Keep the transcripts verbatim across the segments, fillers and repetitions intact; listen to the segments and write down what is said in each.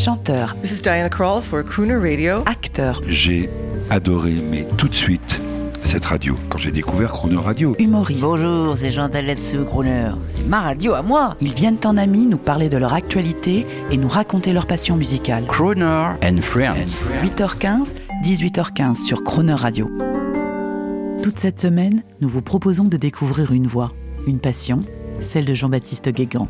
chanteur. This is Diana Krall for Crooner Radio. Acteur. J'ai adoré, mais tout de suite, cette radio, quand j'ai découvert Crooner Radio. Humoriste. Bonjour, c'est Chantal là-dessous, Crooner. C'est ma radio à moi. Ils viennent en amis nous parler de leur actualité et nous raconter leur passion musicale. Crooner and Friends. huit heures quinze, dix-huit heures quinze sur Crooner Radio. Toute cette semaine, nous vous proposons de découvrir une voix, une passion, celle de Jean-Baptiste Guégan.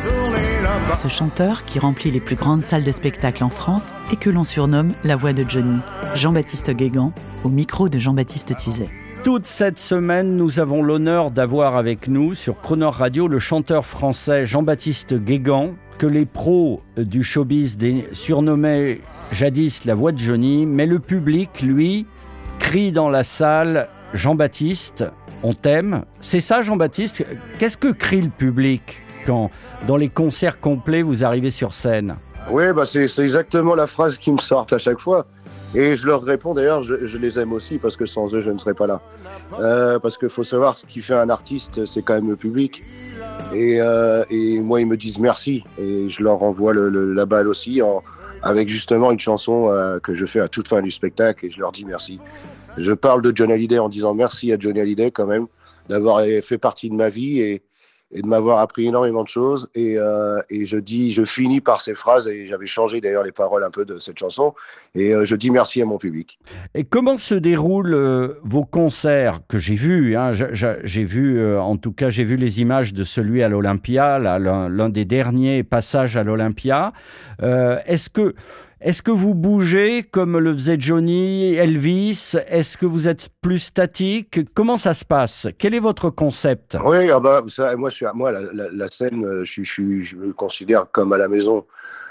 Ce chanteur qui remplit les plus grandes salles de spectacle en France et que l'on surnomme la voix de Johnny. Jean-Baptiste Guégan, au micro de Jean-Baptiste Tuzet. Toute cette semaine, nous avons l'honneur d'avoir avec nous sur Crooner Radio le chanteur français Jean-Baptiste Guégan, que les pros du showbiz surnommaient jadis la voix de Johnny, mais le public, lui, crie dans la salle « Jean-Baptiste, on t'aime ». C'est ça, Jean-Baptiste? Qu'est-ce que crie le public quand, dans les concerts complets, vous arrivez sur scène? Oui, bah c'est, c'est exactement la phrase qui me sort à chaque fois. Et je leur réponds d'ailleurs, je, je les aime aussi parce que sans eux, je ne serais pas là. Euh, parce qu'il faut savoir, ce qui fait un artiste, c'est quand même le public. Et, euh, et moi, ils me disent merci. Et je leur envoie le, le, la balle aussi, en, avec justement une chanson euh, que je fais à toute fin du spectacle. Et je leur dis merci. Je parle de Johnny Hallyday en disant merci à Johnny Hallyday quand même, d'avoir fait partie de ma vie et, et de m'avoir appris énormément de choses. Et, euh, et je dis, je finis par ces phrases, et j'avais changé d'ailleurs les paroles un peu de cette chanson, et euh, je dis merci à mon public. Et comment se déroulent euh, vos concerts que j'ai vus, hein, j'ai, j'ai vu, euh, en tout cas, j'ai vu les images de celui à l'Olympia, là, l'un, l'un des derniers passages à l'Olympia. Euh, est-ce que Est-ce que vous bougez comme le faisait Johnny, Elvis? Est-ce que vous êtes plus statique? Comment ça se passe? Quel est votre concept? Oui, ah bah, ça, moi, je suis, moi la, la, la scène, je, je, je me considère comme à la maison.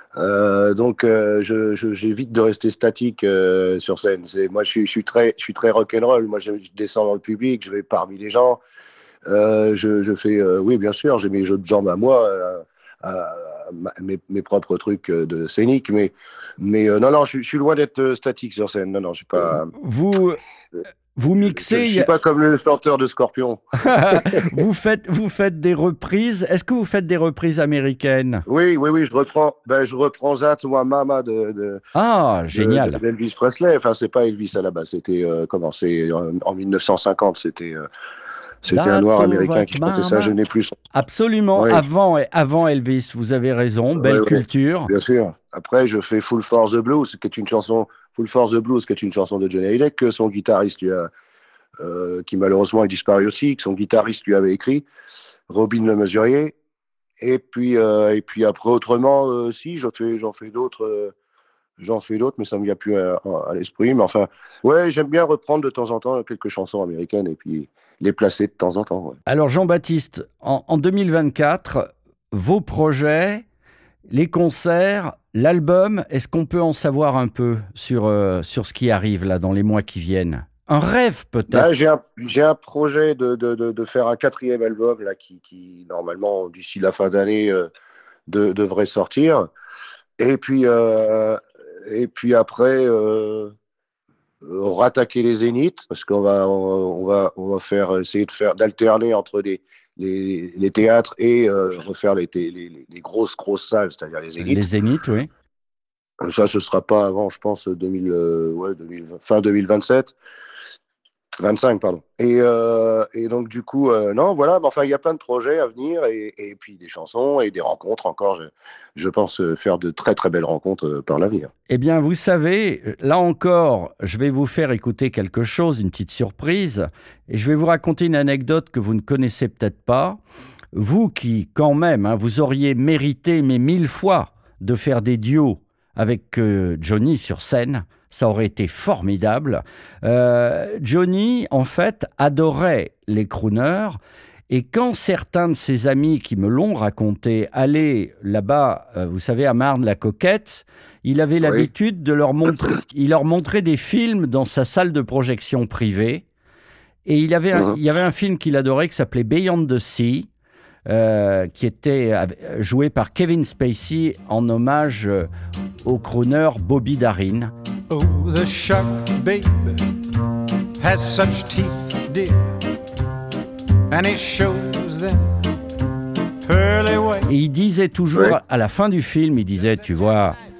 Euh, donc, euh, je, je, j'évite de rester statique euh, sur scène. C'est, moi, je suis, je suis très, je suis très rock'n'roll. Moi, je, je descends dans le public, je vais parmi les gens. Euh, je, je fais, euh, oui, bien sûr, j'ai mes jeux de jambes à moi. Euh, à, Mes, mes propres trucs de scénique, mais, mais euh, non, non, je, je suis loin d'être statique sur scène. Non, non, je suis pas. Vous, vous mixez. Je, je suis pas comme le chanteur de Scorpion. vous faites, vous faites des reprises. Est-ce que vous faites des reprises américaines? Oui, oui, oui. Je reprends, ben, je reprends That Moi Mama de, de. Ah, de, génial. De, d'Elvis Presley. Enfin, c'est pas Elvis à la base. C'était euh, comment? C'est en, en mille neuf cent cinquante. C'était. Euh, C'était That's un noir américain qui chantait ça, je n'ai plus son... Absolument, oui. avant, avant Elvis, vous avez raison, belle ouais, culture. Ouais, bien sûr. Après, je fais Full Force the Blues, qui est une chanson, Full Force the Blues, qui est une chanson de Johnny Hallyday, que son guitariste lui a, euh, qui malheureusement est disparu aussi, que son guitariste lui avait écrit, Robin Le Mesurier. Et puis, euh, et puis après, autrement, euh, si, j'en fais, j'en fais d'autres... Euh, J'en fais d'autres, mais ça ne me vient plus à, à, à l'esprit. Mais enfin, ouais, j'aime bien reprendre de temps en temps quelques chansons américaines et puis les placer de temps en temps. Ouais. Alors, Jean-Baptiste, en, en deux mille vingt-quatre, vos projets, les concerts, l'album, est-ce qu'on peut en savoir un peu sur, euh, sur ce qui arrive là dans les mois qui viennent? Un rêve peut-être? Bah, j'ai, un, j'ai un projet de, de, de, de faire un quatrième album là, qui, qui, normalement, d'ici la fin d'année, euh, de, devrait sortir. Et puis... Euh, Et puis après, euh, rattaquer les zéniths, parce qu'on va, on, on va, on va faire, essayer de faire, d'alterner entre les, les, les théâtres et euh, refaire les, les, les grosses, grosses salles, c'est-à-dire les zéniths. Les zéniths, oui. Ça, ce sera pas avant, je pense, deux mille, euh, ouais, deux mille, fin deux mille vingt-sept. vingt-cinq, pardon. Et, euh, et donc, du coup, euh, non, voilà, mais enfin, il y a plein de projets à venir et, et puis des chansons et des rencontres encore. Je, je pense faire de très, très belles rencontres par l'avenir. Eh bien, vous savez, là encore, je vais vous faire écouter quelque chose, une petite surprise, et je vais vous raconter une anecdote que vous ne connaissez peut-être pas. Vous qui, quand même, hein, vous auriez mérité, mais mille fois, de faire des duos avec euh, Johnny sur scène. Ça aurait été formidable. Euh, Johnny, en fait, adorait les crooners. Et quand certains de ses amis qui me l'ont raconté allaient là-bas, euh, vous savez, à Marne-la-Coquette, il avait oui. l'habitude de leur montrer, il leur montrait des films dans sa salle de projection privée. Et il, avait un, mmh. il y avait un film qu'il adorait qui s'appelait Beyond the Sea, euh, qui était joué par Kevin Spacey en hommage au crooner Bobby Darin. Oh, the shark, baby, has such teeth, dear, and it shows them pearly white. Et il disait toujours, ouais. à la fin du film, il disait, tu vois,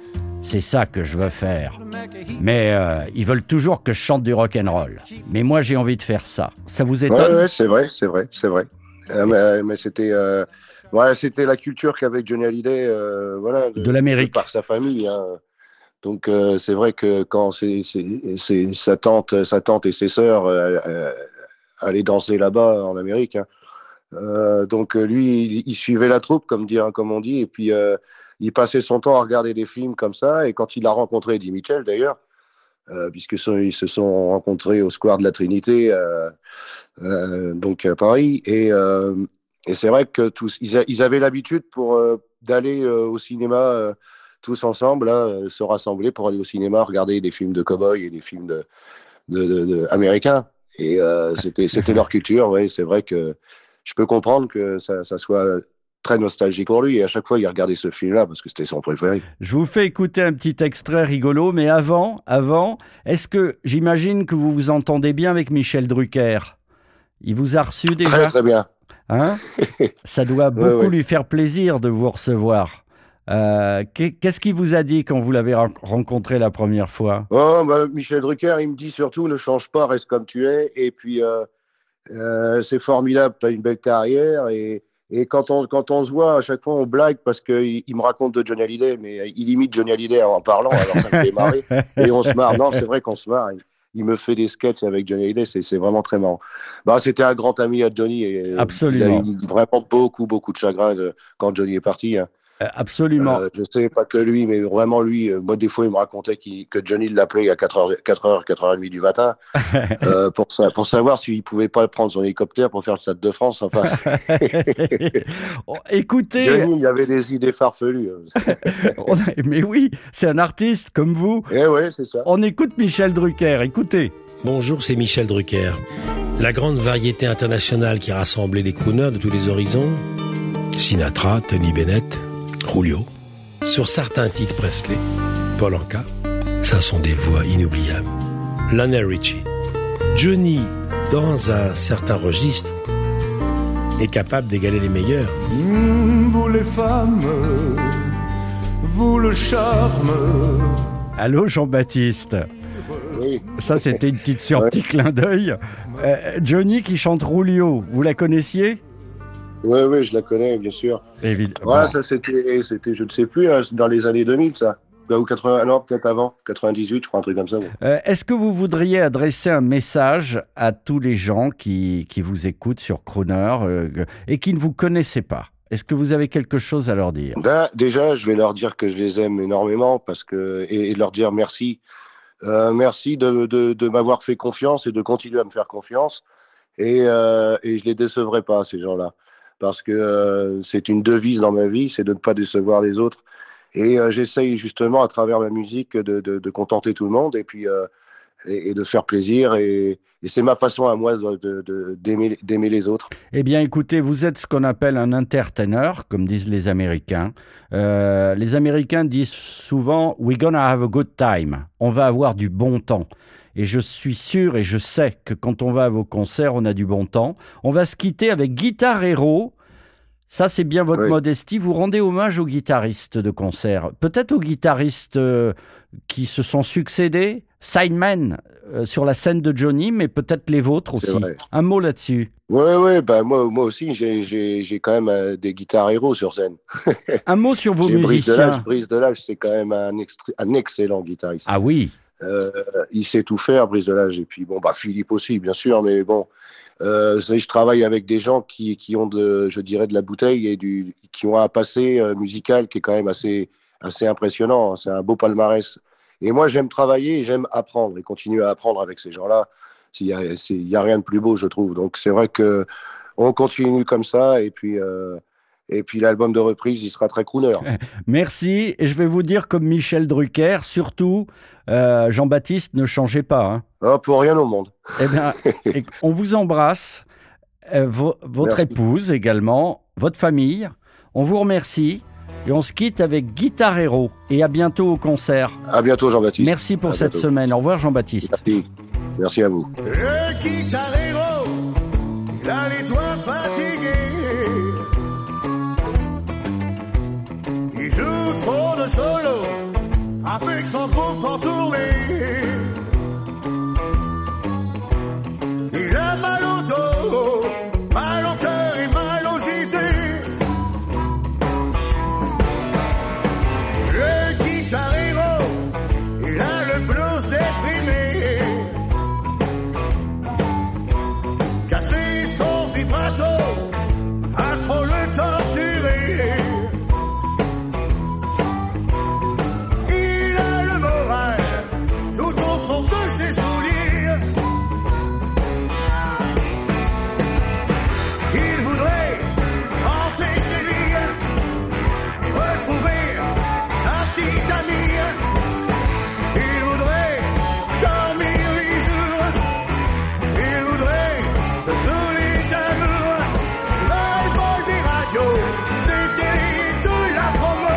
C'est ça que je veux faire. Mais euh, ils veulent toujours que je chante du rock'n'roll. Mais moi, j'ai envie de faire ça. Ça vous étonne ? Ouais, ouais, c'est vrai, c'est vrai, c'est vrai. Euh, mais, mais c'était, euh, ouais, c'était la culture qu'avait Johnny Hallyday, euh, voilà, de, de l'Amérique, de par sa famille. Hein. Donc euh, c'est vrai que quand c'est, c'est, c'est sa tante, sa tante et ses sœurs euh, euh, allaient danser là-bas en Amérique. Hein. Euh, donc lui, il, il suivait la troupe, comme dire, comme on dit, et puis euh, il passait son temps à regarder des films comme ça. Et quand il a rencontré Eddie Mitchell, d'ailleurs, euh, puisque so, ils se sont rencontrés au Square de la Trinité, euh, euh, donc à Paris, et, euh, et c'est vrai que tous, ils, a, ils avaient l'habitude pour euh, d'aller euh, au cinéma. Euh, tous ensemble, là, euh, se rassembler pour aller au cinéma, regarder des films de cow-boys et des films de, de, de, de américains. Et euh, c'était, c'était leur culture, ouais. C'est vrai que je peux comprendre que ça, ça soit très nostalgique pour lui. Et à chaque fois, il regardait ce film-là parce que c'était son préféré. Je vous fais écouter un petit extrait rigolo, mais avant, avant, est-ce que j'imagine que vous vous entendez bien avec Michel Drucker ? Il vous a reçu déjà ? Très, très bien. Hein ? Ça doit beaucoup ouais, ouais. lui faire plaisir de vous recevoir. Euh, qu'est-ce qu'il vous a dit quand vous l'avez rencontré la première fois ? Oh, bah, Michel Drucker, il me dit surtout ne change pas, reste comme tu es. Et puis euh, euh, c'est formidable, tu as une belle carrière. Et, et quand, on, quand on se voit, à chaque fois on blague parce qu'il il me raconte de Johnny Hallyday, mais il imite Johnny Hallyday en parlant, alors ça me fait marrer. Et on se marre. Non, c'est vrai qu'on se marre. Il, il me fait des sketchs avec Johnny Hallyday, c'est, c'est vraiment très marrant. Bah, c'était un grand ami à Johnny. Et absolument. Il a eu vraiment beaucoup, beaucoup de chagrin de, quand Johnny est parti. Hein. Absolument. Euh, je sais pas que lui, mais vraiment lui, euh, moi des fois il me racontait qu'il, que Johnny l'appelait à quatre heures, quatre heures, quatre heures trente du matin euh, pour, ça, pour savoir s'il pouvait pas prendre son hélicoptère pour faire le Stade de France en face. Écoutez, Johnny, il avait des idées farfelues. Mais oui, c'est un artiste comme vous. Eh ouais, c'est ça. On écoute Michel Drucker, écoutez. Bonjour, c'est Michel Drucker. La grande variété internationale qui a rassemblé des crooners de tous les horizons. Sinatra, Tony Bennett, Julio, sur certains titres Presley, Paul Anka, ça sont des voix inoubliables. Lionel Richie, Johnny, dans un certain registre, est capable d'égaler les meilleurs. Mmh, vous les femmes, vous le charme. Allô Jean-Baptiste. Oui. Ça c'était une petite sortie ouais. clin d'œil. Euh, Johnny qui chante Julio, vous la connaissiez ? Oui, oui, je la connais, bien sûr. Évidemment. Voilà, ça c'était, c'était, je ne sais plus, hein, dans les années deux mille, ça. Ou quatre-vingts, non, peut-être avant, quatre-vingt-dix-huit, je crois, un truc comme ça. Ouais. Euh, est-ce que vous voudriez adresser un message à tous les gens qui, qui vous écoutent sur Crooner euh, et qui ne vous connaissaient pas ? Est-ce que vous avez quelque chose à leur dire ? Ben, déjà, je vais leur dire que je les aime énormément parce que, et, et leur dire merci. Euh, merci de, de, de m'avoir fait confiance et de continuer à me faire confiance. Et, euh, et je ne les décevrai pas, ces gens-là. Parce que euh, c'est une devise dans ma vie, c'est de ne pas décevoir les autres. Et euh, j'essaye justement, à travers ma musique, de, de, de contenter tout le monde et puis euh, et, et de faire plaisir. Et, et c'est ma façon à moi de, de, de, d'aimer, d'aimer les autres. Eh bien, écoutez, vous êtes ce qu'on appelle un entertainer, comme disent les Américains. Euh, les Américains disent souvent « We're gonna have a good time ». On va avoir du bon temps. Et je suis sûr et je sais que quand on va à vos concerts, on a du bon temps. On va se quitter avec Guitar Hero. Ça, c'est bien votre oui. modestie. Vous rendez hommage aux guitaristes de concert. Peut-être aux guitaristes euh, qui se sont succédés, Sidemen, euh, sur la scène de Johnny, mais peut-être les vôtres aussi. Un mot là-dessus. Oui, oui, bah, moi, moi aussi, j'ai, j'ai, j'ai quand même euh, des Guitar Hero sur scène. Un mot sur vos j'ai musiciens. Brice Delage, Brice Delage, c'est quand même un, extri- un excellent guitariste. Ah oui. Euh, il sait tout faire, Brice Delage, et puis bon, bah Philippe aussi, bien sûr, mais bon, euh, je travaille avec des gens qui, qui ont de, je dirais, de la bouteille et du, qui ont un passé euh, musical qui est quand même assez, assez impressionnant. C'est un beau palmarès. Et moi, j'aime travailler, et j'aime apprendre et continuer à apprendre avec ces gens-là. Il y a, il y a rien de plus beau, je trouve. Donc c'est vrai que on continue comme ça, et puis. Euh, Et puis l'album de reprise, il sera très crooner. Merci. Et je vais vous dire comme Michel Drucker, surtout, euh, Jean-Baptiste, ne changez pas. Hein. Oh, pour rien au monde. Eh bien, on vous embrasse, euh, vo- votre Merci. épouse également, votre famille. On vous remercie et on se quitte avec Guitar Hero. Et à bientôt au concert. À bientôt, Jean-Baptiste. Merci pour à cette bientôt. semaine. Au revoir, Jean-Baptiste. Merci. Merci à vous. Le Guitar Hero, il a les doigts fatigués. Il joue trop de solo à avec son groupe en tournée. Il a mal au dos, mal au cœur et mal aux idées. Le guitar héros, il a le blues déprimé. Casser son vibrato, a trop le torturé. Il a le moral tout au fond de ses souliers. Il voudrait rentrer chez lui, retrouver sa petite amie. Il voudrait dormir huit jours. Il voudrait se saouler d'amour. Dans le bol des radios, des télés, de la promo.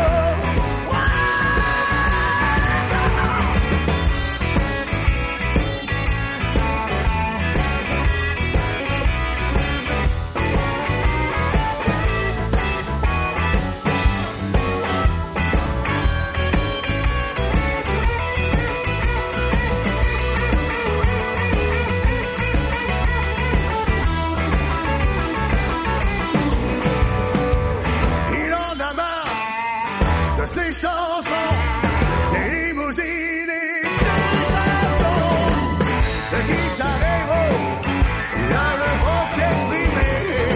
Il en a marre de ses chansons, des limousines et des avions. Le guitar héros, il a le rock déprimé.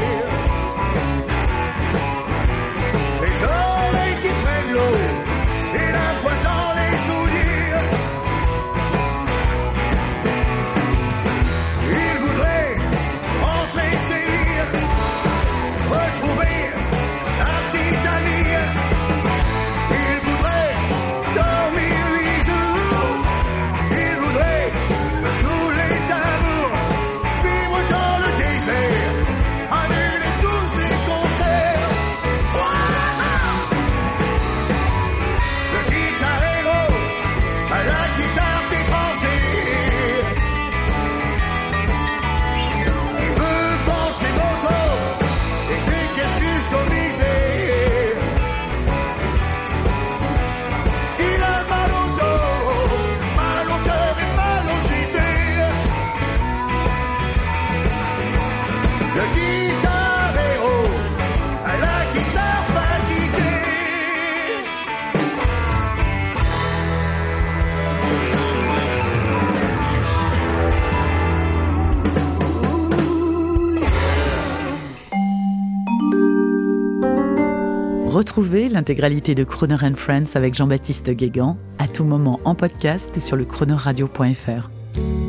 Les oreilles qui prennent l'eau et la foi dans les souliers. Il voudrait rentrer chez lui, retrouver sa petite amie. Il voudrait dormir huit jours. Il voudrait se saouler d'amour, vivre dans le désert, annuler tous ses concerts. Wow! Le guitar héros à la guitare débranchée. Il veut vendre ses motos et ses caisses customisées. Il a mal au dos, mal au cœur et mal aux idées. Le guitar héros à la guitare fatiguée. Retrouvez l'intégralité de Croner and Friends avec Jean-Baptiste Guégan à tout moment en podcast sur le croner radio point f r.